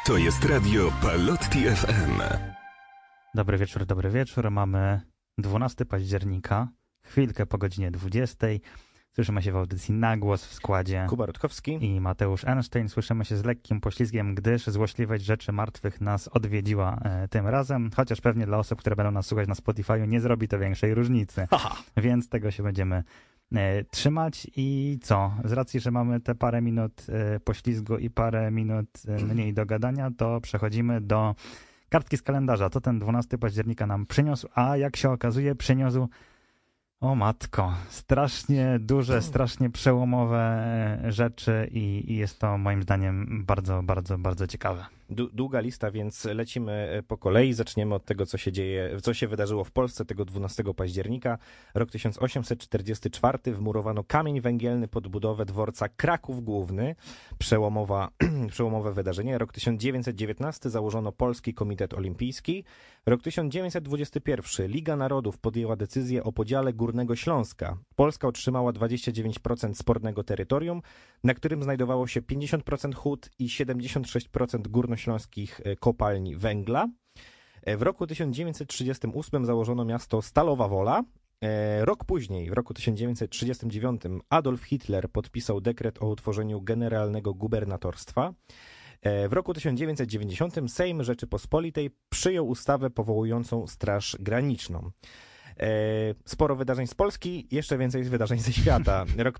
To jest radio Palotti FM. Dobry wieczór. Mamy 12 października, chwilkę po godzinie 20. Słyszymy się w audycji Na Głos w składzie Kuba Rutkowski i Mateusz Einstein. Słyszymy się z lekkim poślizgiem, gdyż złośliwość rzeczy martwych nas odwiedziła tym razem. Chociaż pewnie dla osób, które będą nas słuchać na Spotify'u, nie zrobi to większej różnicy. Aha. Więc tego się będziemy trzymać. I co? Z racji, że mamy te parę minut poślizgu i parę minut mniej do gadania, to przechodzimy do kartki z kalendarza. To ten 12 października nam przyniósł, a jak się okazuje, przyniósł, o matko, strasznie duże, strasznie przełomowe rzeczy i jest to moim zdaniem bardzo, bardzo, bardzo ciekawe. Długa lista, więc lecimy po kolei. Zaczniemy od tego, co się wydarzyło w Polsce tego 12 października. Rok 1844 wmurowano kamień węgielny pod budowę dworca Kraków Główny. Przełomowe wydarzenie. Rok 1919 założono Polski Komitet Olimpijski. Rok 1921 Liga Narodów podjęła decyzję o podziale Górnego Śląska. Polska otrzymała 29% spornego terytorium, na którym znajdowało się 50% hut i 76% górnośląskich kopalni węgla. W roku 1938 założono miasto Stalowa Wola. Rok później, w roku 1939, Adolf Hitler podpisał dekret o utworzeniu generalnego gubernatorstwa. W roku 1990 Sejm Rzeczypospolitej przyjął ustawę powołującą Straż Graniczną. Sporo wydarzeń z Polski, jeszcze więcej wydarzeń ze świata. Rok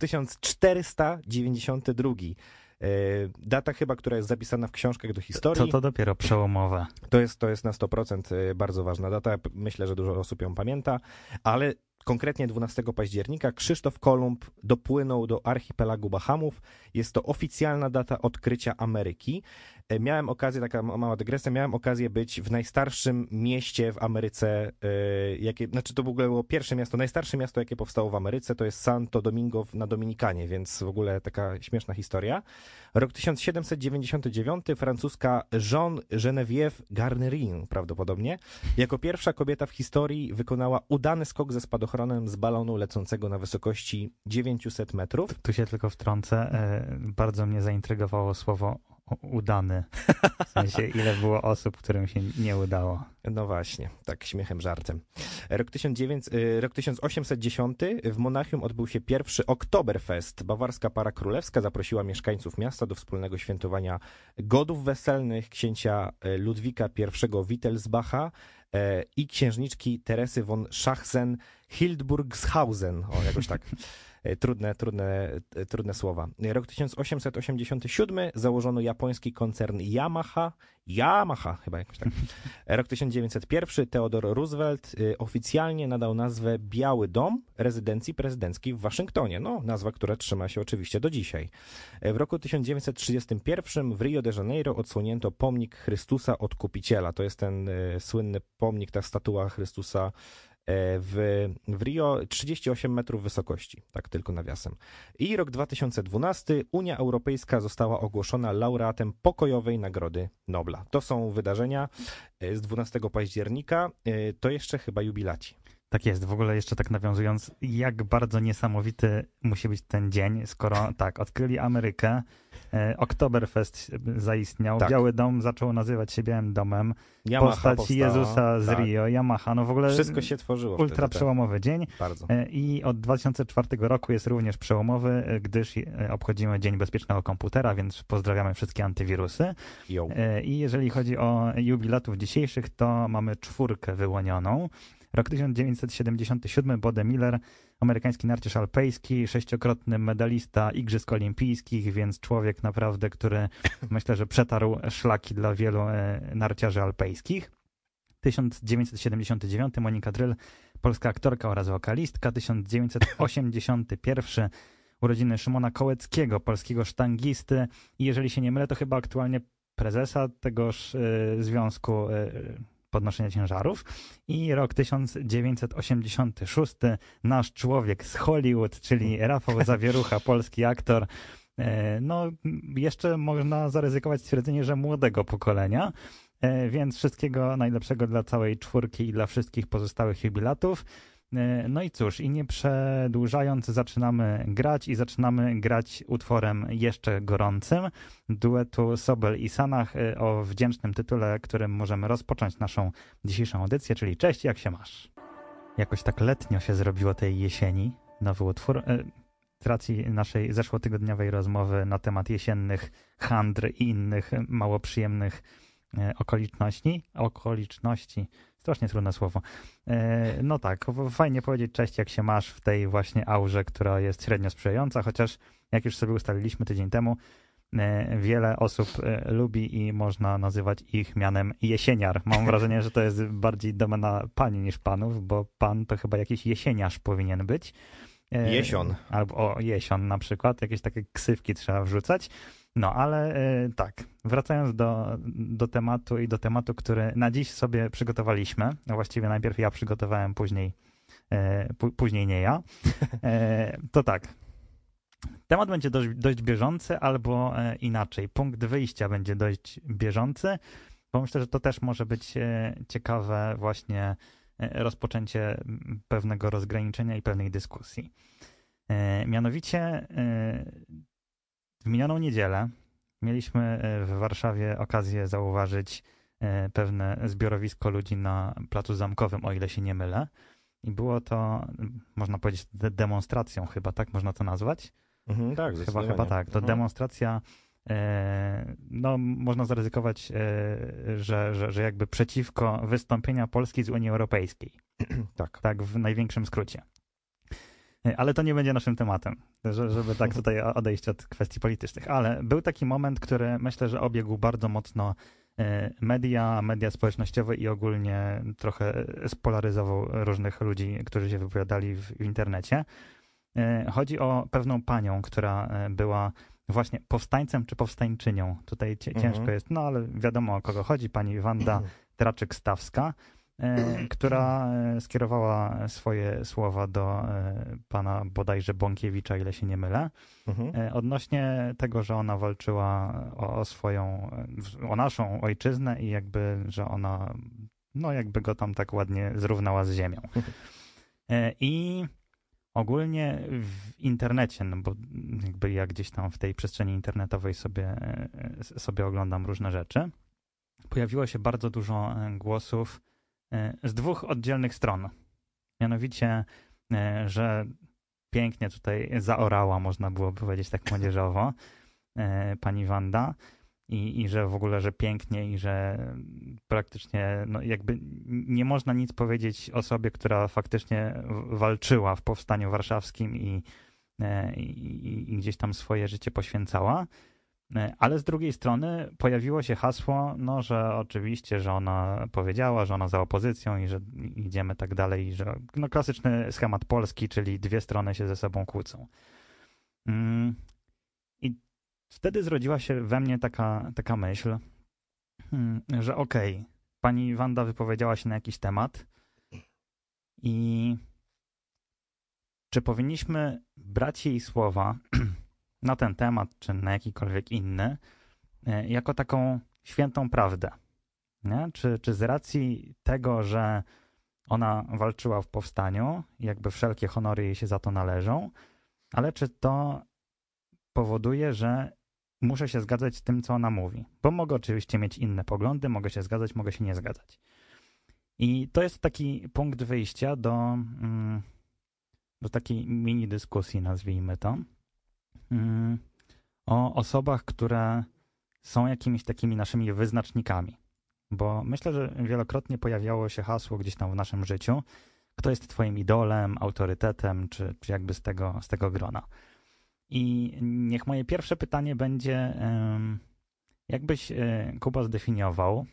1492. Data chyba, która jest zapisana w książkach do historii. To dopiero przełomowe. To jest na 100% bardzo ważna data. Myślę, że dużo osób ją pamięta, ale konkretnie 12 października Krzysztof Kolumb dopłynął do archipelagu Bahamów. Jest to oficjalna data odkrycia Ameryki. Miałem okazję, taka mała dygresja, miałem okazję być w najstarszym mieście w Ameryce, to w ogóle było pierwsze miasto, najstarsze miasto, jakie powstało w Ameryce, to jest Santo Domingo na Dominikanie, więc w ogóle taka śmieszna historia. Rok 1799, francuska Jeanne Geneviève Garnerin prawdopodobnie, jako pierwsza kobieta w historii wykonała udany skok ze spadochronem z balonu lecącego na wysokości 900 metrów. Tu się tylko wtrącę, bardzo mnie zaintrygowało słowo udany. W sensie, ile było osób, którym się nie udało. No właśnie, tak śmiechem, żartem. Rok 1810 w Monachium odbył się pierwszy Oktoberfest. Bawarska para królewska zaprosiła mieszkańców miasta do wspólnego świętowania godów weselnych księcia Ludwika I Wittelsbacha i księżniczki Teresy von Schachsen-Hildburghausen. O, jakoś tak. Trudne słowa. Rok 1887 założono japoński koncern Yamaha chyba jakoś tak. Rok 1901 Theodore Roosevelt oficjalnie nadał nazwę Biały Dom rezydencji prezydenckiej w Waszyngtonie. No, nazwa, która trzyma się oczywiście do dzisiaj. W roku 1931 w Rio de Janeiro odsłonięto pomnik Chrystusa Odkupiciela. To jest ten słynny pomnik, ta statua Chrystusa w Rio, 38 metrów wysokości, tak tylko nawiasem. I rok 2012 Unia Europejska została ogłoszona laureatem Pokojowej Nagrody Nobla. To są wydarzenia z 12 października, to jeszcze chyba jubilaci. Tak jest, w ogóle jeszcze tak nawiązując, jak bardzo niesamowity musi być ten dzień, skoro tak, odkryli Amerykę, Oktoberfest zaistniał, tak. Biały Dom zaczął nazywać się Białym Domem, Yamaha postać powstała, Jezusa z tak. Rio, Yamaha, no w ogóle wszystko się tworzyło ultra wtedy, przełomowy dzień. Bardzo. I od 2004 roku jest również przełomowy, gdyż obchodzimy Dzień Bezpiecznego Komputera, więc pozdrawiamy wszystkie antywirusy. Yo. I jeżeli chodzi o jubilatów dzisiejszych, to mamy 4 wyłonioną. Rok 1977 Bode Miller, amerykański narciarz alpejski, 6-krotny medalista Igrzysk Olimpijskich, więc człowiek naprawdę, który myślę, że przetarł szlaki dla wielu narciarzy alpejskich. 1979 Monika Dryl, polska aktorka oraz wokalistka. 1981 urodziny Szymona Kołeckiego, polskiego sztangisty i jeżeli się nie mylę, to chyba aktualnie prezesa tegoż związku podnoszenia ciężarów. I rok 1986 nasz człowiek z Hollywood, czyli Rafał Zawierucha, polski aktor. No, jeszcze można zaryzykować stwierdzenie, że młodego pokolenia, więc wszystkiego najlepszego dla całej 4 i dla wszystkich pozostałych jubilatów. No i cóż, i nie przedłużając, zaczynamy grać utworem jeszcze gorącym, duetu Sobel i Sanach o wdzięcznym tytule, którym możemy rozpocząć naszą dzisiejszą audycję, czyli Cześć, jak się masz? Jakoś tak letnio się zrobiło tej jesieni, nowy utwór. Z racji naszej zeszłotygodniowej rozmowy na temat jesiennych handr i innych mało przyjemnych okoliczności, strasznie trudne słowo. No tak, fajnie powiedzieć cześć, jak się masz w tej właśnie aurze, która jest średnio sprzyjająca, chociaż jak już sobie ustaliliśmy tydzień temu, wiele osób lubi i można nazywać ich mianem jesieniar. Mam wrażenie, że to jest bardziej domena pani niż panów, bo pan to chyba jakiś jesieniarz powinien być. Jesion. Albo jesion na przykład, jakieś takie ksywki trzeba wrzucać. No ale tak, wracając do tematu i do tematu, który na dziś sobie przygotowaliśmy, no właściwie najpierw ja przygotowałem, później nie ja, to tak, temat będzie dość bieżący albo inaczej, punkt wyjścia będzie dość bieżący, bo myślę, że to też może być ciekawe właśnie rozpoczęcie pewnego rozgraniczenia i pewnej dyskusji. Mianowicie w minioną niedzielę mieliśmy w Warszawie okazję zauważyć pewne zbiorowisko ludzi na Placu Zamkowym, o ile się nie mylę. I było to, można powiedzieć, demonstracją chyba, tak można to nazwać? Tak, Chyba tak. To demonstracja, no można zaryzykować, że jakby przeciwko wystąpienia Polski z Unii Europejskiej. Tak, w największym skrócie. Ale to nie będzie naszym tematem, żeby tak tutaj odejść od kwestii politycznych. Ale był taki moment, który myślę, że obiegł bardzo mocno media społecznościowe i ogólnie trochę spolaryzował różnych ludzi, którzy się wypowiadali w internecie. Chodzi o pewną panią, która była właśnie powstańcem czy powstańczynią. Tutaj ciężko jest, no ale wiadomo, o kogo chodzi. Pani Wanda Traczyk-Stawska, która skierowała swoje słowa do pana bodajże Bąkiewicza, ile się nie mylę, odnośnie tego, że ona walczyła o naszą ojczyznę i jakby, że ona, no jakby go tam tak ładnie zrównała z ziemią. I ogólnie w internecie, no bo jakby ja gdzieś tam w tej przestrzeni internetowej sobie oglądam różne rzeczy, pojawiło się bardzo dużo głosów z dwóch oddzielnych stron. Mianowicie, że pięknie tutaj zaorała, można było powiedzieć tak młodzieżowo, pani Wanda i że w ogóle, że pięknie i że praktycznie no jakby nie można nic powiedzieć osobie, która faktycznie walczyła w Powstaniu Warszawskim i gdzieś tam swoje życie poświęcała. Ale z drugiej strony pojawiło się hasło, no, że oczywiście, że ona powiedziała, że ona za opozycją i że idziemy tak dalej, i że no, klasyczny schemat polski, czyli dwie strony się ze sobą kłócą. I wtedy zrodziła się we mnie taka myśl, że okej, pani Wanda wypowiedziała się na jakiś temat i czy powinniśmy brać jej słowa na ten temat, czy na jakikolwiek inny, jako taką świętą prawdę. Nie? Czy z racji tego, że ona walczyła w powstaniu, jakby wszelkie honory jej się za to należą, ale czy to powoduje, że muszę się zgadzać z tym, co ona mówi? Bo mogę oczywiście mieć inne poglądy, mogę się zgadzać, mogę się nie zgadzać. I to jest taki punkt wyjścia do takiej mini dyskusji, nazwijmy to, o osobach, które są jakimiś takimi naszymi wyznacznikami. Bo myślę, że wielokrotnie pojawiało się hasło gdzieś tam w naszym życiu, kto jest twoim idolem, autorytetem, czy jakby z tego grona. I niech moje pierwsze pytanie będzie, jakbyś, Kuba, zdefiniował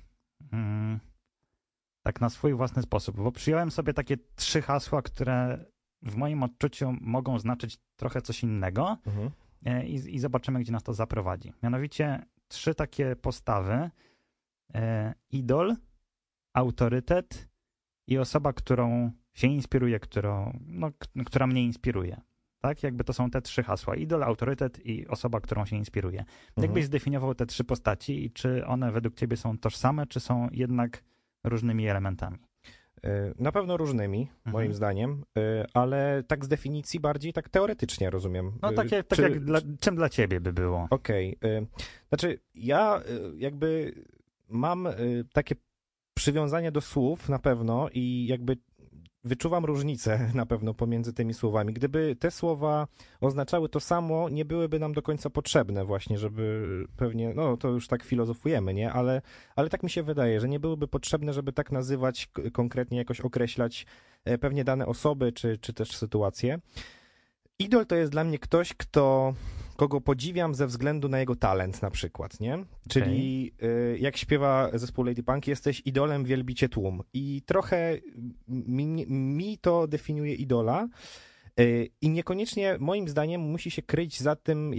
tak na swój własny sposób, bo przyjąłem sobie takie 3 hasła, które w moim odczuciu mogą znaczyć trochę coś innego i zobaczymy, gdzie nas to zaprowadzi. Mianowicie 3 takie postawy: idol, autorytet i osoba, którą się inspiruje, która mnie inspiruje. Tak? Jakby to są te 3 hasła: idol, autorytet i osoba, którą się inspiruje. Jakbyś zdefiniował te 3 postaci i czy one według ciebie są tożsame, czy są jednak różnymi elementami? Na pewno różnymi, moim zdaniem, ale tak z definicji bardziej tak teoretycznie rozumiem. No tak jak czym dla ciebie by było? Okej. Znaczy ja jakby mam takie przywiązanie do słów na pewno i jakby wyczuwam różnicę na pewno pomiędzy tymi słowami. Gdyby te słowa oznaczały to samo, nie byłyby nam do końca potrzebne właśnie, żeby pewnie, no to już tak filozofujemy, nie? Ale tak mi się wydaje, że nie byłyby potrzebne, żeby tak nazywać, konkretnie jakoś określać pewnie dane osoby, czy też sytuacje. Idol to jest dla mnie ktoś, kogo podziwiam ze względu na jego talent na przykład, nie? Czyli jak śpiewa zespół Lady Punk, jesteś idolem, wielbicie tłum. I trochę mi to definiuje idola i niekoniecznie moim zdaniem musi się kryć za tym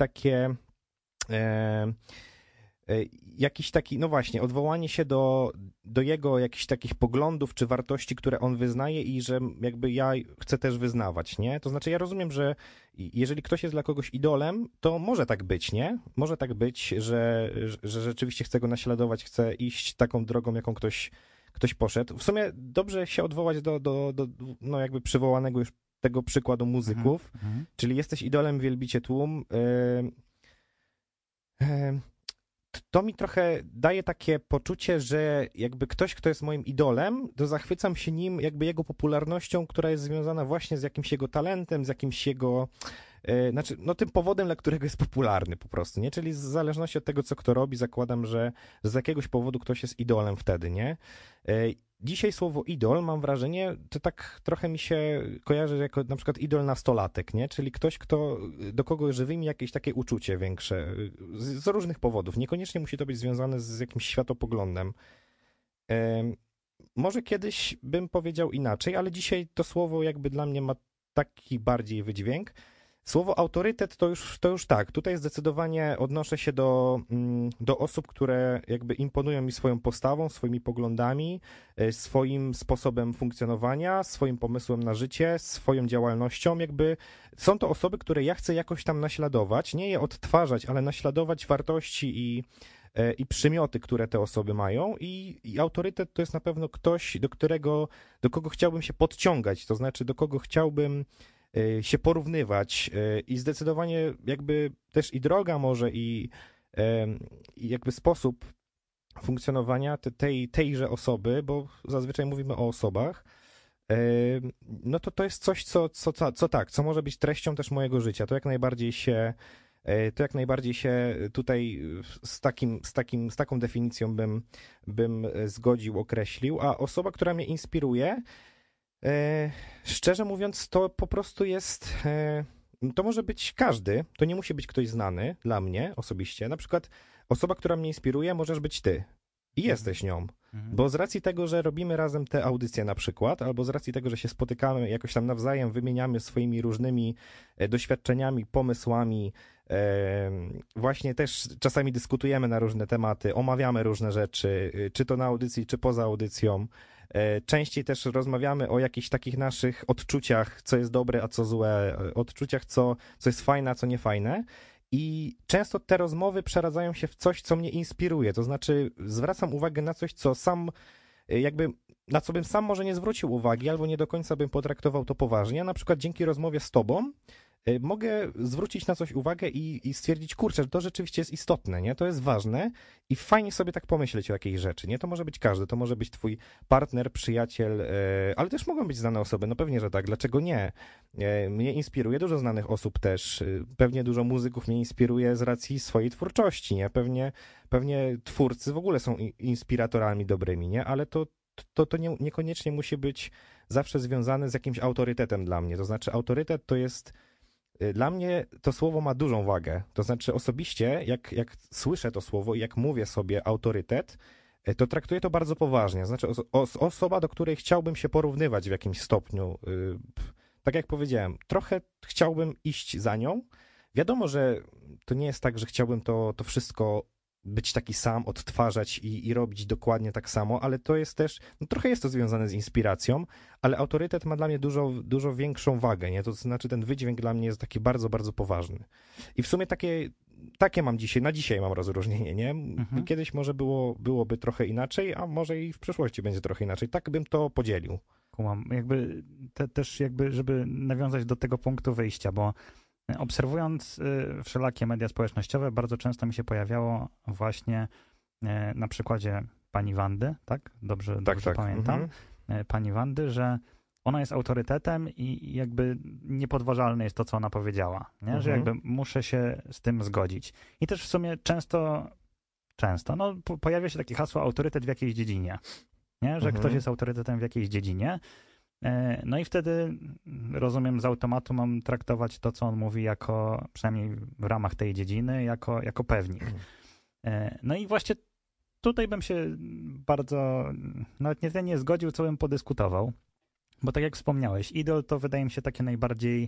jakiś taki, no właśnie, odwołanie się do jego jakichś takich poglądów czy wartości, które on wyznaje i że jakby ja chcę też wyznawać, nie? To znaczy ja rozumiem, że jeżeli ktoś jest dla kogoś idolem, to może tak być, nie? Może tak być, że rzeczywiście chce go naśladować, chce iść taką drogą, jaką ktoś poszedł. W sumie dobrze się odwołać do no jakby przywołanego już tego przykładu muzyków, czyli jesteś idolem, wielbicie tłum. To mi trochę daje takie poczucie, że jakby ktoś, kto jest moim idolem, to zachwycam się nim, jakby jego popularnością, która jest związana właśnie z jakimś jego talentem, z jakimś jego, znaczy, no tym powodem, dla którego jest popularny po prostu, nie? Czyli w zależności od tego, co kto robi, zakładam, że z jakiegoś powodu ktoś jest idolem wtedy, nie? Dzisiaj słowo idol, mam wrażenie, to tak trochę mi się kojarzy jako na przykład idol nastolatek, nie? Czyli ktoś, do kogo żywi mi jakieś takie uczucie większe, z różnych powodów. Niekoniecznie musi to być związane z jakimś światopoglądem. Może kiedyś bym powiedział inaczej, ale dzisiaj to słowo jakby dla mnie ma taki bardziej wydźwięk. Słowo autorytet to już tak. Tutaj zdecydowanie odnoszę się do osób, które jakby imponują mi swoją postawą, swoimi poglądami, swoim sposobem funkcjonowania, swoim pomysłem na życie, swoją działalnością. Jakby są to osoby, które ja chcę jakoś tam naśladować, nie je odtwarzać, ale naśladować wartości i przymioty, które te osoby mają i autorytet to jest na pewno ktoś, do kogo chciałbym się podciągać, to znaczy do kogo chciałbym się porównywać i zdecydowanie jakby też i droga może i jakby sposób funkcjonowania tejże osoby, bo zazwyczaj mówimy o osobach, no to jest coś, co może być treścią też mojego życia. To jak najbardziej się tutaj z taką definicją bym zgodził, określił, a osoba, która mnie inspiruje, szczerze mówiąc, to po prostu jest, to może być każdy, to nie musi być ktoś znany dla mnie osobiście. Na przykład osoba, która mnie inspiruje, możesz być ty i jesteś nią. Bo z racji tego, że robimy razem te audycje na przykład, albo z racji tego, że się spotykamy, jakoś tam nawzajem wymieniamy swoimi różnymi doświadczeniami, pomysłami, właśnie też czasami dyskutujemy na różne tematy, omawiamy różne rzeczy, czy to na audycji, czy poza audycją. Częściej też rozmawiamy o jakichś takich naszych odczuciach, co jest dobre, a co złe, odczuciach, co jest fajne, a co niefajne. I często te rozmowy przeradzają się w coś, co mnie inspiruje. To znaczy zwracam uwagę na coś, na co bym sam może nie zwrócił uwagi, albo nie do końca bym potraktował to poważnie. Na przykład dzięki rozmowie z tobą mogę zwrócić na coś uwagę i stwierdzić, kurczę, że to rzeczywiście jest istotne, nie? To jest ważne i fajnie sobie tak pomyśleć o jakiejś rzeczy, nie? To może być każdy, to może być twój partner, przyjaciel, ale też mogą być znane osoby, no pewnie, że tak, dlaczego nie? Mnie inspiruje dużo znanych osób też, pewnie dużo muzyków mnie inspiruje z racji swojej twórczości, nie? Pewnie twórcy w ogóle są inspiratorami dobrymi, nie? Ale to niekoniecznie musi być zawsze związane z jakimś autorytetem dla mnie, to znaczy autorytet to jest. Dla mnie to słowo ma dużą wagę. To znaczy osobiście, jak słyszę to słowo i jak mówię sobie autorytet, to traktuję to bardzo poważnie. Znaczy osoba, do której chciałbym się porównywać w jakimś stopniu. Tak jak powiedziałem, trochę chciałbym iść za nią. Wiadomo, że to nie jest tak, że chciałbym to wszystko być taki sam, odtwarzać i robić dokładnie tak samo, ale to jest też, no trochę jest to związane z inspiracją, ale autorytet ma dla mnie dużo większą wagę, nie? To znaczy ten wydźwięk dla mnie jest taki bardzo, bardzo poważny. I w sumie takie takie mam dzisiaj, na dzisiaj mam rozróżnienie, nie? Kiedyś może byłoby trochę inaczej, a może i w przyszłości będzie trochę inaczej. Tak bym to podzielił. Kumam. Jakby też jakby, żeby nawiązać do tego punktu wyjścia, bo obserwując wszelakie media społecznościowe, bardzo często mi się pojawiało właśnie na przykładzie pani Wandy, tak? Dobrze pamiętam. Pani Wandy, że ona jest autorytetem i jakby niepodważalne jest to, co ona powiedziała, nie? Że jakby muszę się z tym zgodzić. I też w sumie często no, pojawia się takie hasło autorytet w jakiejś dziedzinie, nie? Że ktoś jest autorytetem w jakiejś dziedzinie. No i wtedy, rozumiem, z automatu mam traktować to, co on mówi, jako, przynajmniej w ramach tej dziedziny, jako pewnik. No i właśnie tutaj bym się bardzo, nawet nie zgodził, co bym podyskutował, bo tak jak wspomniałeś, idol to wydaje mi się takie najbardziej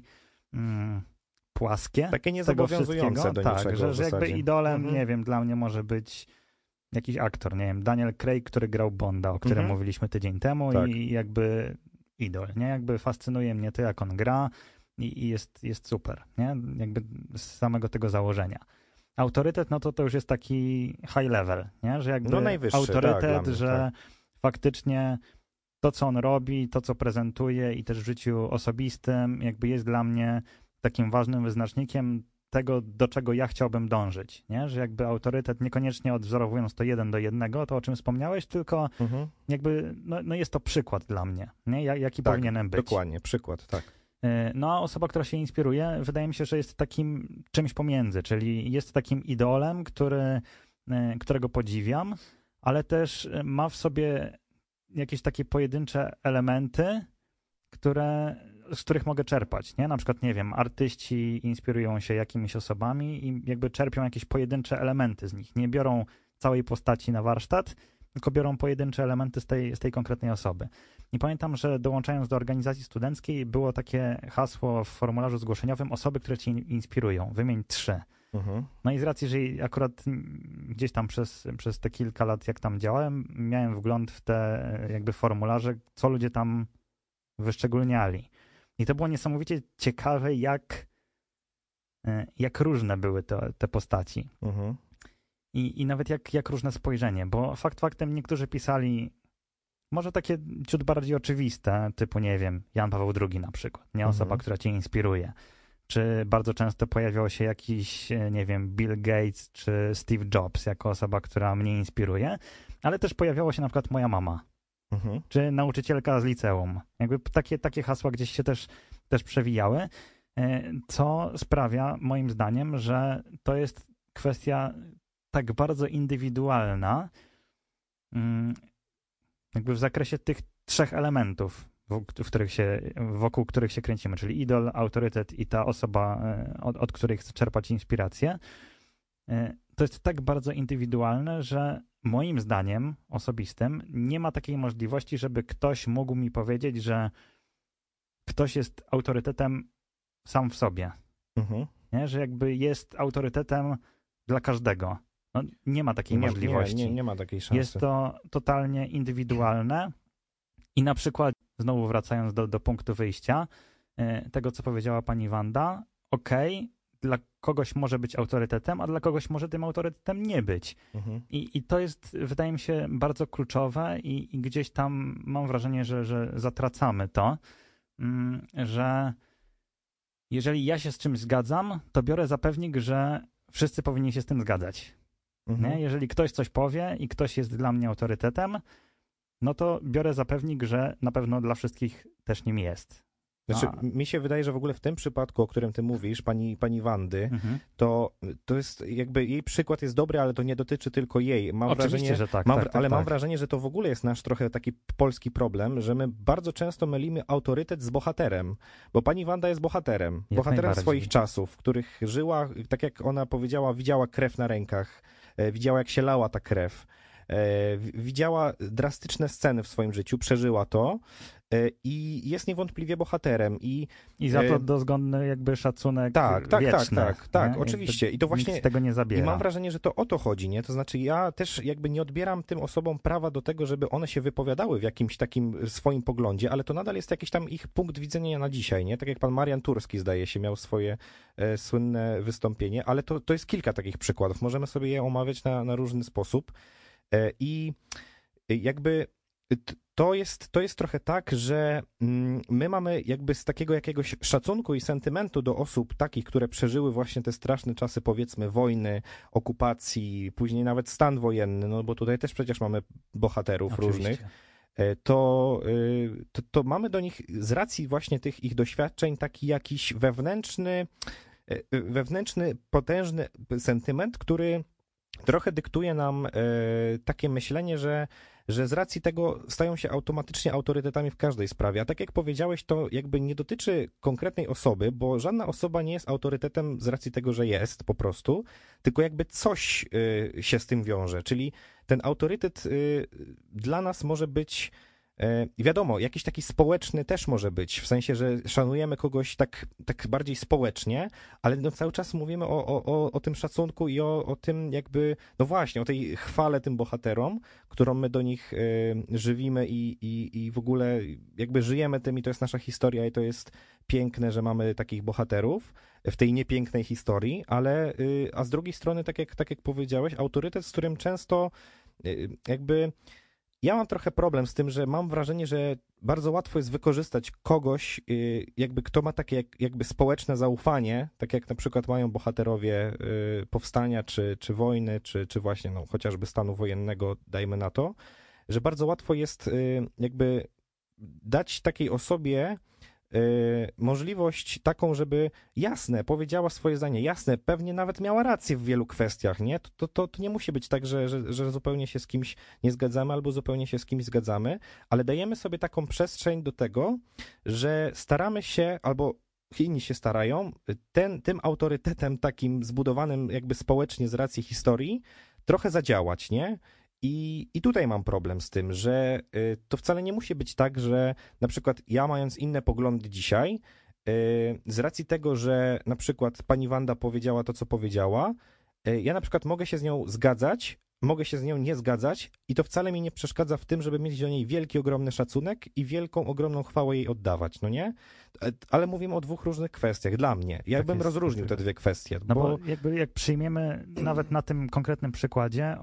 płaskie. Takie niezobowiązujące do niczego że jakby idolem, nie wiem, dla mnie może być jakiś aktor, nie wiem, Daniel Craig, który grał Bonda, o którym mówiliśmy tydzień temu i jakby idol, nie? Jakby fascynuje mnie to, jak on gra i jest super, nie? Jakby z samego tego założenia. Autorytet, no to już jest taki high level, nie? Że jakby najwyższy, autorytet, mnie, że faktycznie to, co on robi, to, co prezentuje i też w życiu osobistym, jakby jest dla mnie takim ważnym wyznacznikiem tego, do czego ja chciałbym dążyć, nie? Że jakby autorytet, niekoniecznie odwzorowując to 1:1, to o czym wspomniałeś, tylko jakby, no jest to przykład dla mnie, nie? Jaki powinienem być. Dokładnie, przykład, tak. No a osoba, która się inspiruje, wydaje mi się, że jest takim czymś pomiędzy, czyli jest takim idolem, którego podziwiam, ale też ma w sobie jakieś takie pojedyncze elementy, z których mogę czerpać, nie? Na przykład, nie wiem, artyści inspirują się jakimiś osobami i jakby czerpią jakieś pojedyncze elementy z nich. Nie biorą całej postaci na warsztat, tylko biorą pojedyncze elementy z tej konkretnej osoby. I pamiętam, że dołączając do organizacji studenckiej było takie hasło w formularzu zgłoszeniowym: osoby, które cię inspirują. Wymień 3. No i z racji, że akurat gdzieś tam przez te kilka lat, jak tam działałem, miałem wgląd w te jakby formularze, co ludzie tam wyszczególniali. I to było niesamowicie ciekawe, jak różne były te postaci. I nawet jak różne spojrzenie, bo faktem niektórzy pisali może takie ciut bardziej oczywiste, typu, nie wiem, Jan Paweł II na przykład, nie? Osoba, która cię inspiruje. Czy bardzo często pojawiał się jakiś, nie wiem, Bill Gates czy Steve Jobs jako osoba, która mnie inspiruje, ale też pojawiało się na przykład moja mama, czy nauczycielka z liceum. Jakby takie hasła gdzieś się też przewijały, co sprawia moim zdaniem, że to jest kwestia tak bardzo indywidualna, jakby w zakresie tych 3 elementów, wokół których się kręcimy, czyli idol, autorytet i ta osoba, od której chcę czerpać inspirację. To jest tak bardzo indywidualne, że moim zdaniem osobistym nie ma takiej możliwości, żeby ktoś mógł mi powiedzieć, że ktoś jest autorytetem sam w sobie. Nie? Że jakby jest autorytetem dla każdego. No, nie ma takiej możliwości. Nie ma takiej szansy. Jest to totalnie indywidualne i na przykład, znowu wracając do punktu wyjścia, tego, co powiedziała pani Wanda, dla kogoś może być autorytetem, a dla kogoś może tym autorytetem nie być. I to jest, wydaje mi się, bardzo kluczowe i gdzieś tam mam wrażenie, że zatracamy to, że jeżeli ja się z czymś zgadzam, to biorę za pewnik, że wszyscy powinni się z tym zgadzać. Nie? Jeżeli ktoś coś powie i ktoś jest dla mnie autorytetem, no to biorę za pewnik, że na pewno dla wszystkich też nim jest. Znaczy, mi się wydaje, że w ogóle w tym przypadku, o którym ty mówisz, pani Wandy, to jest jakby jej przykład jest dobry, ale to nie dotyczy tylko jej. Mam wrażenie, że tak. Mam wrażenie, że to w ogóle jest nasz trochę taki polski problem, że my bardzo często mylimy autorytet z bohaterem, bo pani Wanda jest bohaterem. Bohaterem swoich czasów, w których żyła, tak jak ona powiedziała, widziała krew na rękach, widziała, jak się lała ta krew. widziała drastyczne sceny w swoim życiu, przeżyła to i jest niewątpliwie bohaterem. I za to dozgonny jakby szacunek wieczny. Tak, oczywiście. I to właśnie nikt tego nie zabiera. I mam wrażenie, że to o to chodzi, nie? To znaczy ja też jakby nie odbieram tym osobom prawa do tego, żeby one się wypowiadały w jakimś takim swoim poglądzie, ale to nadal jest jakiś tam ich punkt widzenia na dzisiaj, nie? Tak jak pan Marian Turski, zdaje się, miał swoje słynne wystąpienie, ale to jest kilka takich przykładów. Możemy sobie je omawiać na różny sposób i jakby to jest trochę tak, że my mamy jakby z takiego jakiegoś szacunku i sentymentu do osób takich, które przeżyły właśnie te straszne czasy, powiedzmy, wojny, okupacji, później nawet stan wojenny, no bo tutaj też przecież mamy bohaterów różnych, to mamy do nich z racji właśnie tych ich doświadczeń taki jakiś wewnętrzny, potężny sentyment, który trochę dyktuje nam takie myślenie, że z racji tego stają się automatycznie autorytetami w każdej sprawie. A tak jak powiedziałeś, to jakby nie dotyczy konkretnej osoby, bo żadna osoba nie jest autorytetem z racji tego, że jest po prostu, tylko jakby coś się z tym wiąże. Czyli ten autorytet dla nas może być, wiadomo, jakiś taki społeczny też może być, w sensie, że szanujemy kogoś tak bardziej społecznie, ale no cały czas mówimy o tym szacunku i o tym jakby, no właśnie, o tej chwale tym bohaterom, którą my do nich żywimy i w ogóle jakby żyjemy tym i to jest nasza historia i to jest piękne, że mamy takich bohaterów w tej niepięknej historii, ale a z drugiej strony, tak jak powiedziałeś, autorytet, z którym często jakby ja mam trochę problem z tym, że mam wrażenie, że bardzo łatwo jest wykorzystać kogoś, jakby kto ma takie jakby społeczne zaufanie, tak jak na przykład mają bohaterowie powstania, czy wojny, czy właśnie no, chociażby stanu wojennego, dajmy na to, że bardzo łatwo jest jakby dać takiej osobie możliwość taką, żeby jasne, powiedziała swoje zdanie, jasne, pewnie nawet miała rację w wielu kwestiach, nie? To nie musi być tak, że zupełnie się z kimś nie zgadzamy albo zupełnie się z kimś zgadzamy, ale dajemy sobie taką przestrzeń do tego, że staramy się, albo inni się starają, tym autorytetem takim zbudowanym jakby społecznie z racji historii trochę zadziałać, nie? I tutaj mam problem z tym, że to wcale nie musi być tak, że na przykład ja mając inne poglądy dzisiaj, z racji tego, że na przykład pani Wanda powiedziała to, co powiedziała, ja na przykład mogę się z nią zgadzać, mogę się z nią nie zgadzać i to wcale mi nie przeszkadza w tym, żeby mieć do niej wielki, ogromny szacunek i wielką, ogromną chwałę jej oddawać, no nie? Ale mówimy o dwóch różnych kwestiach dla mnie. Ja bym rozróżnił te dwie kwestie. No bo jakby jak przyjmiemy nawet na tym konkretnym przykładzie,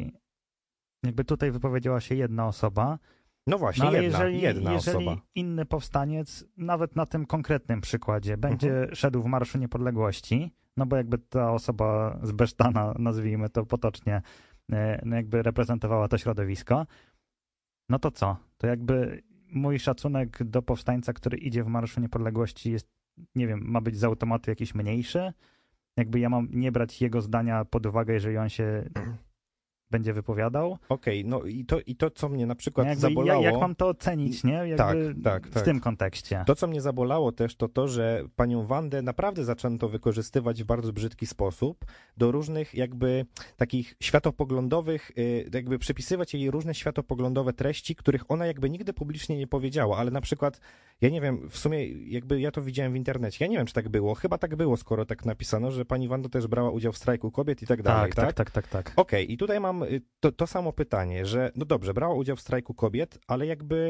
jakby tutaj wypowiedziała się jedna osoba. No właśnie, no ale jeżeli osoba. Inny powstaniec, nawet na tym konkretnym przykładzie, będzie szedł w Marszu Niepodległości, no bo jakby ta osoba z Besztana, nazwijmy to potocznie, no jakby reprezentowała to środowisko, no to co? To jakby mój szacunek do powstańca, który idzie w Marszu Niepodległości jest, nie wiem, ma być z automatu jakiś mniejszy? Jakby ja mam nie brać jego zdania pod uwagę, jeżeli on się będzie wypowiadał. Okej, no i to, co mnie na przykład zabolało... Jak mam to ocenić, nie? Jakby tak. W tym kontekście. To, co mnie zabolało też, to, że panią Wandę naprawdę zaczęto wykorzystywać w bardzo brzydki sposób do różnych jakby takich światopoglądowych, jakby przypisywać jej różne światopoglądowe treści, których ona jakby nigdy publicznie nie powiedziała, ale na przykład, ja nie wiem, w sumie jakby ja to widziałem w internecie, ja nie wiem, czy tak było, chyba tak było, skoro tak napisano, że pani Wanda też brała udział w strajku kobiet i tak dalej, tak? Tak. Okej, i tutaj mam to samo pytanie, że no dobrze, brała udział w strajku kobiet, ale jakby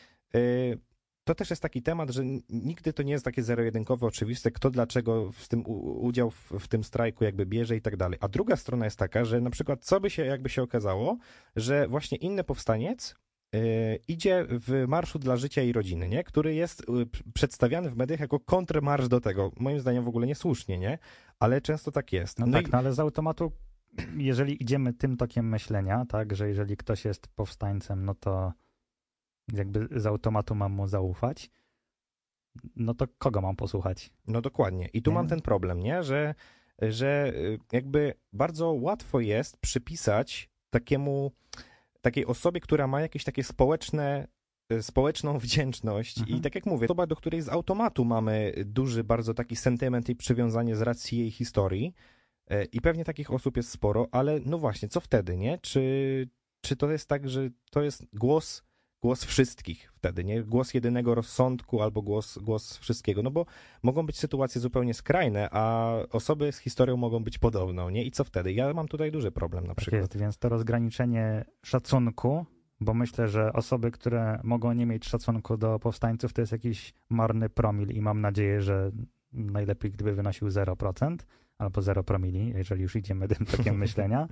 to też jest taki temat, że nigdy to nie jest takie zero-jedynkowe, oczywiste, kto dlaczego w tym udział w tym strajku jakby bierze i tak dalej. A druga strona jest taka, że na przykład co by się jakby się okazało, że właśnie inny powstaniec idzie w Marszu dla Życia i Rodziny, nie? Który jest przedstawiany w mediach jako kontrmarsz do tego. Moim zdaniem w ogóle niesłusznie, nie? Ale często tak jest. No ale z automatu jeżeli idziemy tym tokiem myślenia, tak, że jeżeli ktoś jest powstańcem, no to jakby z automatu mam mu zaufać, no to kogo mam posłuchać? No dokładnie. I tu mam ten problem, nie? Że jakby bardzo łatwo jest przypisać takiej osobie, która ma jakieś takie społeczną wdzięczność i tak jak mówię, osoba, do której z automatu mamy duży bardzo taki sentyment i przywiązanie z racji jej historii, i pewnie takich osób jest sporo, ale no właśnie, co wtedy, nie? czy to jest tak, że to jest głos wszystkich wtedy, nie? Głos jedynego rozsądku albo głos wszystkiego, no bo mogą być sytuacje zupełnie skrajne, a osoby z historią mogą być podobną, nie? I co wtedy? Ja mam tutaj duży problem na Tak przykład. jest, więc to rozgraniczenie szacunku, bo myślę, że osoby, które mogą nie mieć szacunku do powstańców, to jest jakiś marny promil i mam nadzieję, że najlepiej gdyby wynosił 0% albo 0 promili, jeżeli już idziemy tym tokiem myślenia.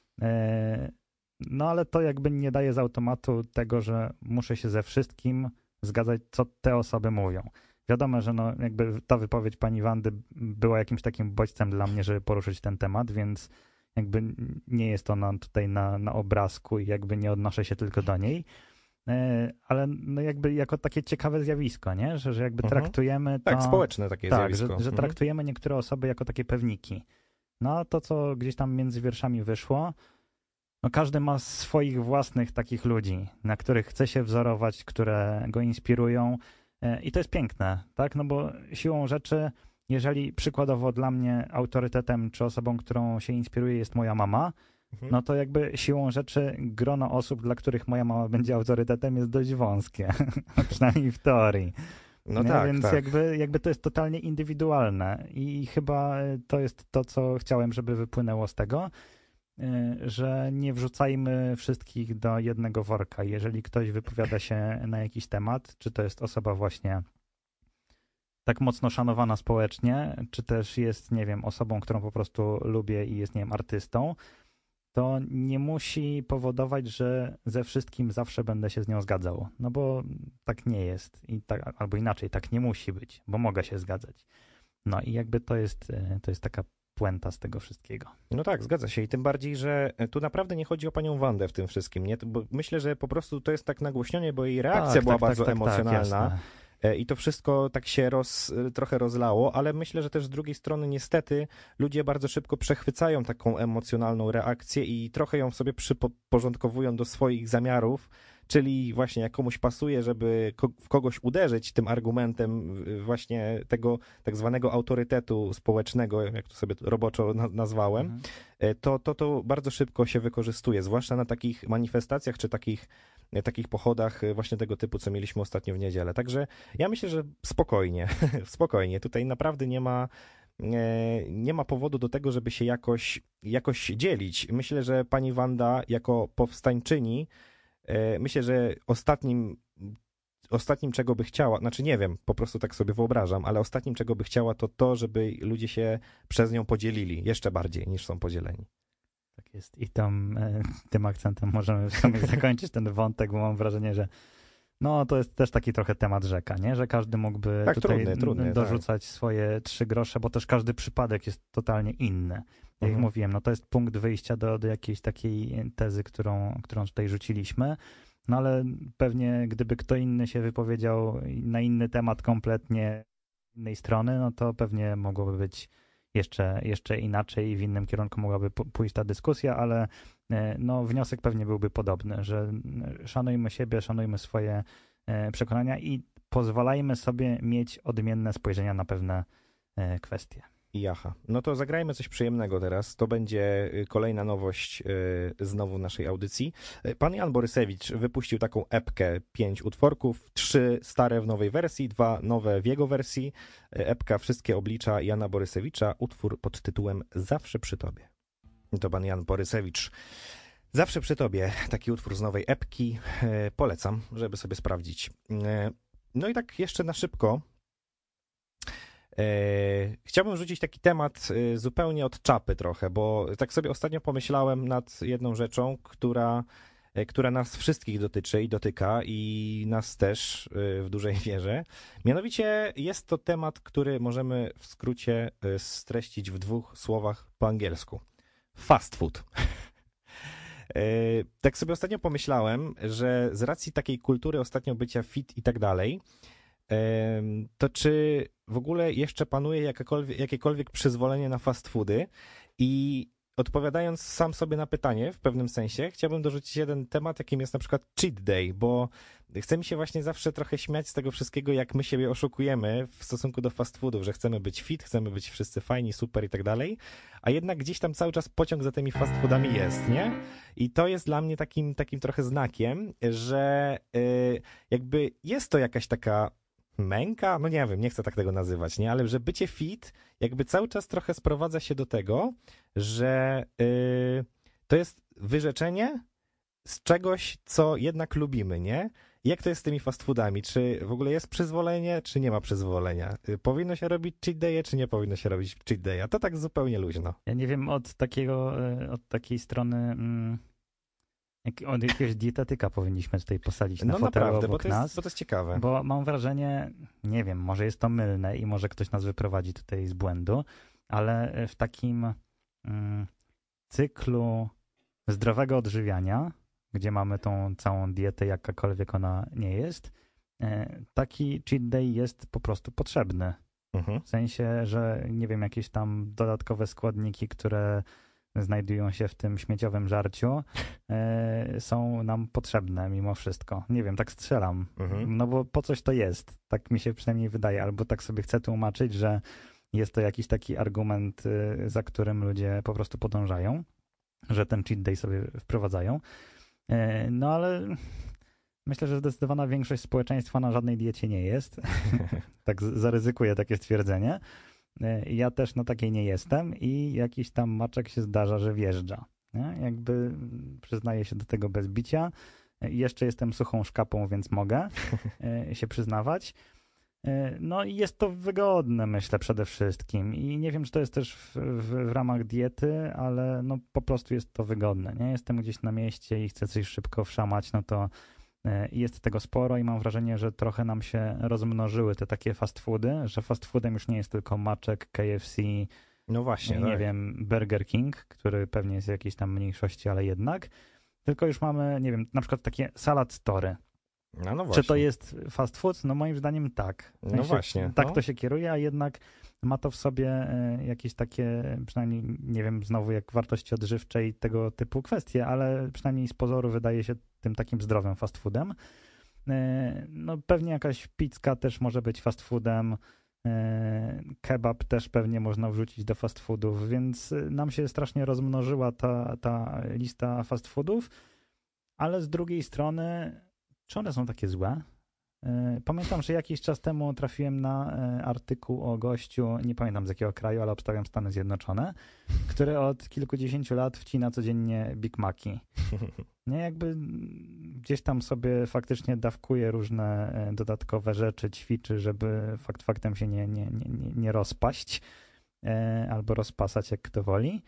No ale to jakby nie daje z automatu tego, że muszę się ze wszystkim zgadzać, co te osoby mówią. Wiadomo, że no jakby ta wypowiedź pani Wandy była jakimś takim bodźcem dla mnie, żeby poruszyć ten temat, więc jakby nie jest ona tutaj na obrazku i jakby nie odnoszę się tylko do niej, ale no jakby jako takie ciekawe zjawisko, nie? Że jakby traktujemy to... Tak, społeczne takie zjawisko. że traktujemy niektóre osoby jako takie pewniki. No to, co gdzieś tam między wierszami wyszło, no każdy ma swoich własnych takich ludzi, na których chce się wzorować, które go inspirują i to jest piękne, tak? No bo siłą rzeczy, jeżeli przykładowo dla mnie autorytetem czy osobą, którą się inspiruje jest moja mama, no to jakby siłą rzeczy grono osób, dla których moja mama będzie autorytetem jest dość wąskie, przynajmniej w teorii. No nie? tak, Więc tak. Jakby to jest totalnie indywidualne i chyba to jest to, co chciałem, żeby wypłynęło z tego, że nie wrzucajmy wszystkich do jednego worka. Jeżeli ktoś wypowiada się na jakiś temat, czy to jest osoba właśnie tak mocno szanowana społecznie, czy też jest, nie wiem, osobą, którą po prostu lubię i jest, nie wiem, artystą, to nie musi powodować, że ze wszystkim zawsze będę się z nią zgadzał. No bo tak nie jest. I tak, albo inaczej, tak nie musi być, bo mogę się zgadzać. No i jakby to jest taka puenta z tego wszystkiego. No tak, zgadza się. I tym bardziej, że tu naprawdę nie chodzi o panią Wandę w tym wszystkim, nie? Bo myślę, że po prostu to jest tak nagłośnienie, bo jej reakcja była bardzo emocjonalna. Tak, I to wszystko tak się trochę rozlało, ale myślę, że też z drugiej strony niestety ludzie bardzo szybko przechwycają taką emocjonalną reakcję i trochę ją sobie przyporządkowują do swoich zamiarów, czyli właśnie jak komuś pasuje, żeby w kogoś uderzyć tym argumentem właśnie tego tak zwanego autorytetu społecznego, jak to sobie roboczo nazwałem, to bardzo szybko się wykorzystuje, zwłaszcza na takich manifestacjach czy takich pochodach właśnie tego typu, co mieliśmy ostatnio w niedzielę. Także ja myślę, że spokojnie, spokojnie. Tutaj naprawdę nie ma powodu do tego, żeby się jakoś dzielić. Myślę, że pani Wanda jako powstańczyni, myślę, że ostatnim, czego by chciała, znaczy nie wiem, po prostu tak sobie wyobrażam, ale ostatnim, czego by chciała, to, żeby ludzie się przez nią podzielili jeszcze bardziej niż są podzieleni. Tak jest. I tym akcentem możemy w sumie zakończyć ten wątek, bo mam wrażenie, że no to jest też taki trochę temat rzeka, nie? Że każdy mógłby tak, tutaj trudny, dorzucać swoje 3 grosze, bo też każdy przypadek jest totalnie inny. Jak mówiłem, no to jest punkt wyjścia do jakiejś takiej tezy, którą tutaj rzuciliśmy. No ale pewnie gdyby kto inny się wypowiedział na inny temat kompletnie innej strony, no to pewnie mogłoby być jeszcze inaczej i w innym kierunku mogłaby pójść ta dyskusja, ale no, wniosek pewnie byłby podobny, że szanujmy siebie, szanujmy swoje przekonania i pozwalajmy sobie mieć odmienne spojrzenia na pewne kwestie. Jaha. No to zagrajmy coś przyjemnego teraz. To będzie kolejna nowość znowu naszej audycji. Pan Jan Borysewicz wypuścił taką epkę 5 utworków, 3 stare w nowej wersji, 2 nowe w jego wersji. Epka Wszystkie oblicza Jana Borysewicza, utwór pod tytułem Zawsze przy tobie. To pan Jan Borysewicz. Zawsze przy tobie. Taki utwór z nowej epki. Polecam, żeby sobie sprawdzić. No i tak jeszcze na szybko. Chciałbym rzucić taki temat zupełnie od czapy trochę, bo tak sobie ostatnio pomyślałem nad jedną rzeczą, która nas wszystkich dotyczy i dotyka i nas też w dużej mierze. Mianowicie jest to temat, który możemy w skrócie streścić w 2 słowach po angielsku. Fast food. Tak sobie ostatnio pomyślałem, że z racji takiej kultury ostatnio bycia fit i tak dalej, to czy w ogóle jeszcze panuje jakiekolwiek przyzwolenie na fast foody i odpowiadając sam sobie na pytanie w pewnym sensie, chciałbym dorzucić jeden temat, jakim jest na przykład cheat day, bo chce mi się właśnie zawsze trochę śmiać z tego wszystkiego, jak my siebie oszukujemy w stosunku do fast foodów, że chcemy być fit, chcemy być wszyscy fajni, super i tak dalej, a jednak gdzieś tam cały czas pociąg za tymi fast foodami jest, nie? I to jest dla mnie takim trochę znakiem, że jakby jest to jakaś taka męka, no nie wiem, nie chcę tak tego nazywać, nie, ale że bycie fit jakby cały czas trochę sprowadza się do tego, że to jest wyrzeczenie z czegoś, co jednak lubimy, nie? I jak to jest z tymi fast foodami? Czy w ogóle jest przyzwolenie, czy nie ma przyzwolenia? Powinno się robić cheat day'e, czy nie powinno się robić cheat day'a? To tak zupełnie luźno. Ja nie wiem, od takiej strony... Od jakiegoś dietetyka powinniśmy tutaj posadzić na fotelu naprawdę, obok nas. Bo to jest ciekawe. Bo mam wrażenie, nie wiem, może jest to mylne i może ktoś nas wyprowadzi tutaj z błędu, ale w takim cyklu zdrowego odżywiania, gdzie mamy tą całą dietę, jakakolwiek ona nie jest, taki cheat day jest po prostu potrzebny. W sensie, że nie wiem, jakieś tam dodatkowe składniki, które znajdują się w tym śmieciowym żarciu, są nam potrzebne mimo wszystko. Nie wiem, tak strzelam. No bo po coś to jest. Tak mi się przynajmniej wydaje. Albo tak sobie chcę tłumaczyć, że jest to jakiś taki argument, za którym ludzie po prostu podążają, że ten cheat day sobie wprowadzają. No ale myślę, że zdecydowana większość społeczeństwa na żadnej diecie nie jest. Tak zaryzykuję takie stwierdzenie. Ja też na takiej nie jestem i jakiś tam maczek się zdarza, że wjeżdża. Nie? Jakby przyznaję się do tego bez bicia. Jeszcze jestem suchą szkapą, więc mogę się przyznawać. No i jest to wygodne, myślę, przede wszystkim. I nie wiem, czy to jest też w ramach diety, ale no po prostu jest to wygodne. Nie? Jestem gdzieś na mieście i chcę coś szybko wszamać, no to jest tego sporo i mam wrażenie, że trochę nam się rozmnożyły te takie fast foody, że fast foodem już nie jest tylko maczek, KFC, no właśnie, nie wiem, Burger King, który pewnie jest w jakiejś tam mniejszości, ale jednak, tylko już mamy, nie wiem, na przykład takie salad story. No właśnie. Czy to jest fast food? No moim zdaniem tak. W sensie, no właśnie. Tak to się kieruje, a jednak ma to w sobie jakieś takie, przynajmniej nie wiem znowu jak wartości odżywcze i tego typu kwestie, ale przynajmniej z pozoru wydaje się tym takim zdrowym fast foodem. No pewnie jakaś pizza też może być fast foodem, kebab też pewnie można wrzucić do fast foodów, więc nam się strasznie rozmnożyła ta lista fast foodów, ale z drugiej strony, czy one są takie złe? Pamiętam, że jakiś czas temu trafiłem na artykuł o gościu, nie pamiętam z jakiego kraju, ale obstawiam Stany Zjednoczone, który od kilkudziesięciu lat wcina codziennie Big Maci. Nie, jakby gdzieś tam sobie faktycznie dawkuje różne dodatkowe rzeczy, ćwiczy, żeby faktem się nie rozpaść albo rozpasać, jak kto woli.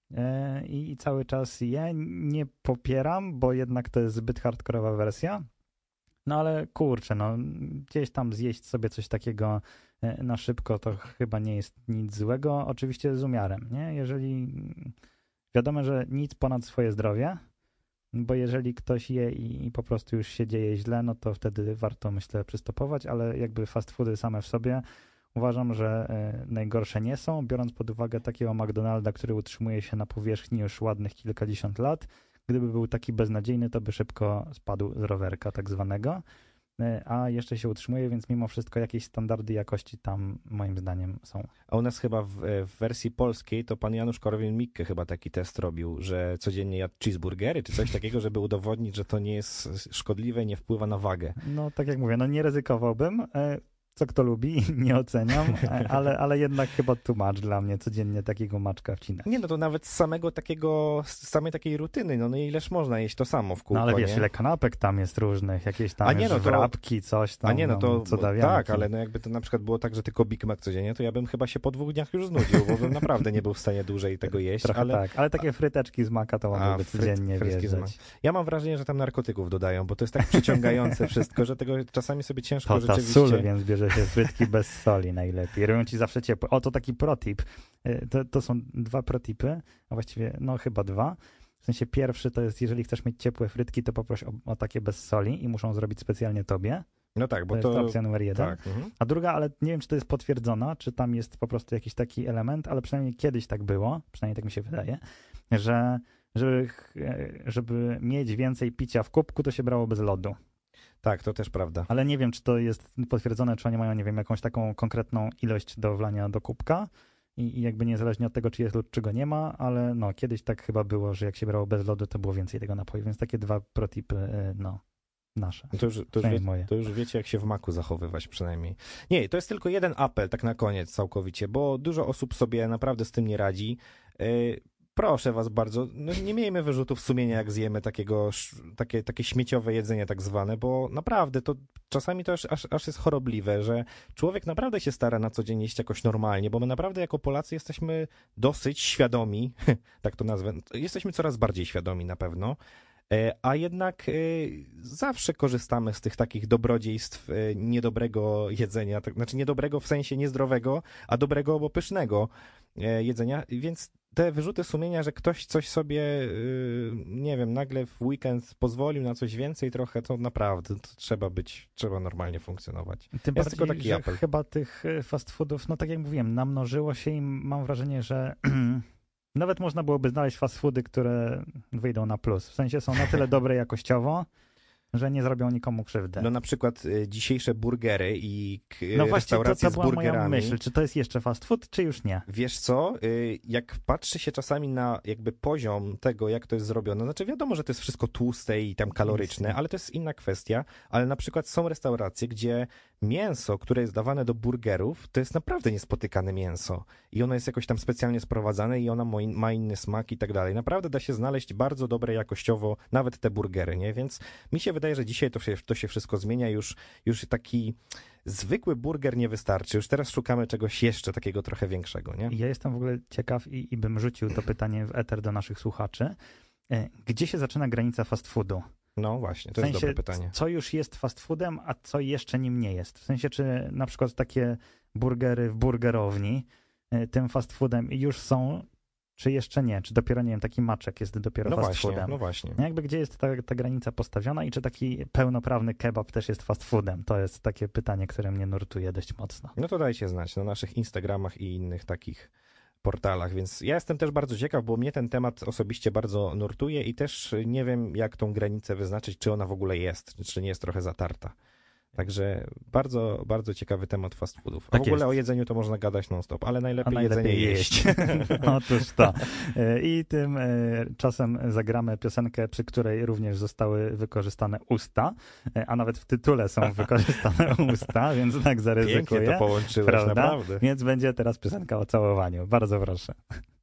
I cały czas je nie popieram, bo jednak to jest zbyt hardkorowa wersja. No ale kurczę, no gdzieś tam zjeść sobie coś takiego na szybko to chyba nie jest nic złego, oczywiście z umiarem, nie? Jeżeli wiadomo, że nic ponad swoje zdrowie, bo jeżeli ktoś je i po prostu już się dzieje źle, no to wtedy warto, myślę, przystopować, ale jakby fast foody same w sobie uważam, że najgorsze nie są, biorąc pod uwagę takiego McDonalda, który utrzymuje się na powierzchni już ładnych kilkadziesiąt lat. Gdyby był taki beznadziejny, to by szybko spadł z rowerka tak zwanego, a jeszcze się utrzymuje, więc mimo wszystko jakieś standardy jakości tam moim zdaniem są. A u nas chyba w wersji polskiej to pan Janusz Korwin-Mikke chyba taki test robił, że codziennie jadł cheeseburgery czy coś takiego, żeby udowodnić, że to nie jest szkodliwe i nie wpływa na wagę. No tak jak mówię, no nie ryzykowałbym. Co kto lubi, nie oceniam, ale jednak chyba tłumacz dla mnie codziennie takiego maczka wcinać. Nie, no to nawet z samej takiej rutyny, no ileż można jeść to samo w kółko, no ale wiesz, nie? ile kanapek tam jest różnych, jakieś tam wrapki, coś tam, tak, ale no jakby to na przykład było tak, że tylko Big Mac codziennie, to ja bym chyba się po 2 dniach już znudził, bo bym naprawdę nie był w stanie dłużej tego jeść. Trochę tak, ale takie fryteczki z maka to mogłyby codziennie wjeżdżać. Ja mam wrażenie, że tam narkotyków dodają, bo to jest tak przyciągające wszystko, że tego czasami sobie ciężko rzeczywiście... To sól, więc bierze się frytki bez soli najlepiej. Robią ci zawsze ciepłe. O, to taki protip. To są 2 protipy, a właściwie no chyba 2. W sensie pierwszy to jest, jeżeli chcesz mieć ciepłe frytki, to poproś o takie bez soli i muszą zrobić specjalnie tobie. No tak, bo to jest opcja numer 1. Tak, A druga, ale nie wiem, czy to jest potwierdzona, czy tam jest po prostu jakiś taki element, ale przynajmniej kiedyś tak było, przynajmniej tak mi się wydaje, żeby mieć więcej picia w kubku, to się brało bez lodu. Tak, to też prawda. Ale nie wiem, czy to jest potwierdzone, czy oni mają, nie wiem, jakąś taką konkretną ilość do wlania do kubka i jakby niezależnie od tego, czy jest lód, czy go nie ma, ale no, kiedyś tak chyba było, że jak się brało bez lodu, to było więcej tego napoju, więc takie dwa protipy, no, nasze. To już wiecie, jak się w maku zachowywać przynajmniej. Nie, to jest tylko jeden apel, tak na koniec całkowicie, bo dużo osób sobie naprawdę z tym nie radzi. Proszę was bardzo, no nie miejmy wyrzutów sumienia, jak zjemy takie śmieciowe jedzenie tak zwane, bo naprawdę to czasami to aż jest chorobliwe, że człowiek naprawdę się stara na co dzień jeść jakoś normalnie, bo my naprawdę jako Polacy jesteśmy dosyć świadomi, tak to nazwę, jesteśmy coraz bardziej świadomi na pewno, a jednak zawsze korzystamy z tych takich dobrodziejstw niedobrego jedzenia, znaczy niedobrego w sensie niezdrowego, a dobrego, bo pysznego jedzenia, więc te wyrzuty sumienia, że ktoś coś sobie, nie wiem, nagle w weekend pozwolił na coś więcej trochę, to naprawdę to trzeba normalnie funkcjonować. Tym jest bardziej, tylko taki że apel. chyba tych fast foodów, no tak jak mówiłem, namnożyło się i mam wrażenie, że nawet można byłoby znaleźć fast foody, które wyjdą na plus. W sensie są na tyle dobre jakościowo, że nie zrobią nikomu krzywdy. No na przykład dzisiejsze burgery i no właśnie, restauracje to z była burgerami. moja myśl, czy to jest jeszcze fast food, czy już nie? Wiesz co, jak patrzy się czasami na jakby poziom tego, jak to jest zrobione, znaczy wiadomo, że to jest wszystko tłuste i tam kaloryczne, ale to jest inna kwestia, ale na przykład są restauracje, gdzie mięso, które jest dawane do burgerów, to jest naprawdę niespotykane mięso i ono jest jakoś tam specjalnie sprowadzane i ona ma inny smak i tak dalej. Naprawdę da się znaleźć bardzo dobre jakościowo nawet te burgery, nie? Więc mi się wydaje, że dzisiaj to się wszystko zmienia, już taki zwykły burger nie wystarczy. Już teraz szukamy czegoś jeszcze takiego trochę większego, nie? Ja jestem w ogóle ciekaw i bym rzucił to pytanie w eter do naszych słuchaczy. Gdzie się zaczyna granica fast foodu? No właśnie, to w sensie, jest dobre pytanie. Co już jest fast foodem, a co jeszcze nim nie jest? W sensie, czy na przykład takie burgery w burgerowni tym fast foodem już są, czy jeszcze nie? Czy dopiero, nie wiem, taki maczek jest dopiero fast foodem? No właśnie. Jakby gdzie jest ta granica postawiona i czy taki pełnoprawny kebab też jest fast foodem? To jest takie pytanie, które mnie nurtuje dość mocno. No to dajcie znać na naszych Instagramach i innych takich portalach, więc ja jestem też bardzo ciekaw, bo mnie ten temat osobiście bardzo nurtuje i też nie wiem, jak tą granicę wyznaczyć, czy ona w ogóle jest, czy nie jest trochę zatarta. Także bardzo, bardzo ciekawy temat fast foodów. A tak w ogóle jest. o jedzeniu to można gadać non-stop, ale najlepiej jedzenie jeść. Otóż to. I tym czasem zagramy piosenkę, przy której również zostały wykorzystane usta, a nawet w tytule są wykorzystane usta, więc tak zaryzykuję. Pięknie to połączyłeś, prawda? naprawdę. Więc będzie teraz piosenka o całowaniu. Bardzo proszę.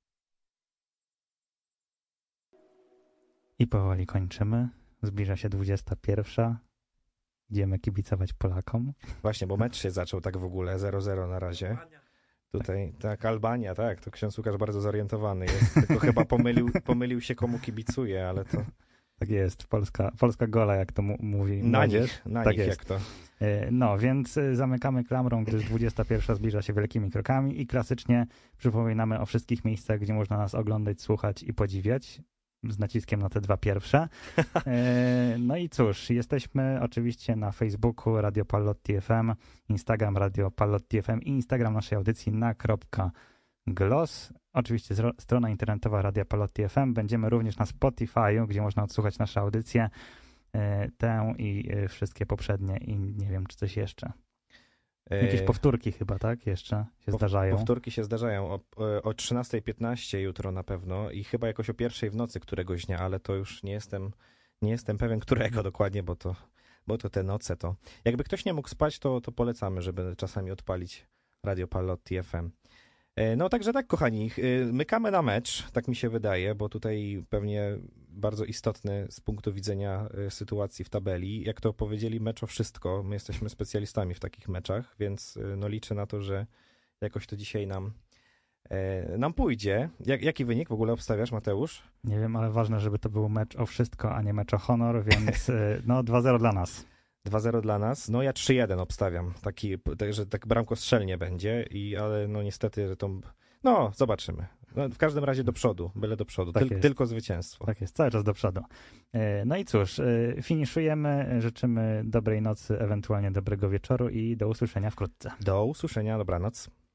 I powoli kończymy. Zbliża się 21. Idziemy kibicować Polakom. Właśnie, bo mecz się zaczął tak w ogóle 0-0 na razie. Tutaj, tak, Albania, tak, to ksiądz Łukasz bardzo zorientowany jest, tylko chyba pomylił się, komu kibicuje, ale to... Tak jest, Polska gola, jak to mówi Na młodzież. nich, tak jak to... No, więc zamykamy klamrą, gdyż 21 zbliża się wielkimi krokami i klasycznie przypominamy o wszystkich miejscach, gdzie można nas oglądać, słuchać i podziwiać. Z naciskiem na te dwa pierwsze. No i cóż, jesteśmy oczywiście na Facebooku Radio Pallotti FM, Instagram Radio Pallotti FM i Instagram naszej audycji na.glos. Oczywiście strona internetowa Radia Pallotti FM. Będziemy również na Spotify'u, gdzie można odsłuchać nasze audycje, tę i wszystkie poprzednie i nie wiem, czy coś jeszcze. Jakieś powtórki chyba, tak? Jeszcze się zdarzają. Powtórki się zdarzają o 13:15 jutro na pewno i chyba jakoś o 1:00 w nocy któregoś dnia, ale to już nie jestem pewien, którego dokładnie, bo to te noce to... Jakby ktoś nie mógł spać, to polecamy, żeby czasami odpalić Radio Pallotti FM. No także tak, kochani, mykamy na mecz, tak mi się wydaje, bo tutaj pewnie bardzo istotny z punktu widzenia sytuacji w tabeli. Jak to powiedzieli, mecz o wszystko. My jesteśmy specjalistami w takich meczach, więc no liczę na to, że jakoś to dzisiaj nam pójdzie. Jaki wynik w ogóle obstawiasz, Mateusz? Nie wiem, ale ważne, żeby to był mecz o wszystko, a nie mecz o honor, więc no 2-0 dla nas. 2-0 dla nas. No ja 3-1 obstawiam. Że tak bramkostrzelnie będzie, ale no niestety, że to... No, zobaczymy. No, w każdym razie do przodu, byle do przodu. Tak tylko zwycięstwo. Tak jest, cały czas do przodu. No i cóż, finiszujemy. Życzymy dobrej nocy, ewentualnie dobrego wieczoru i do usłyszenia wkrótce. Do usłyszenia, dobranoc.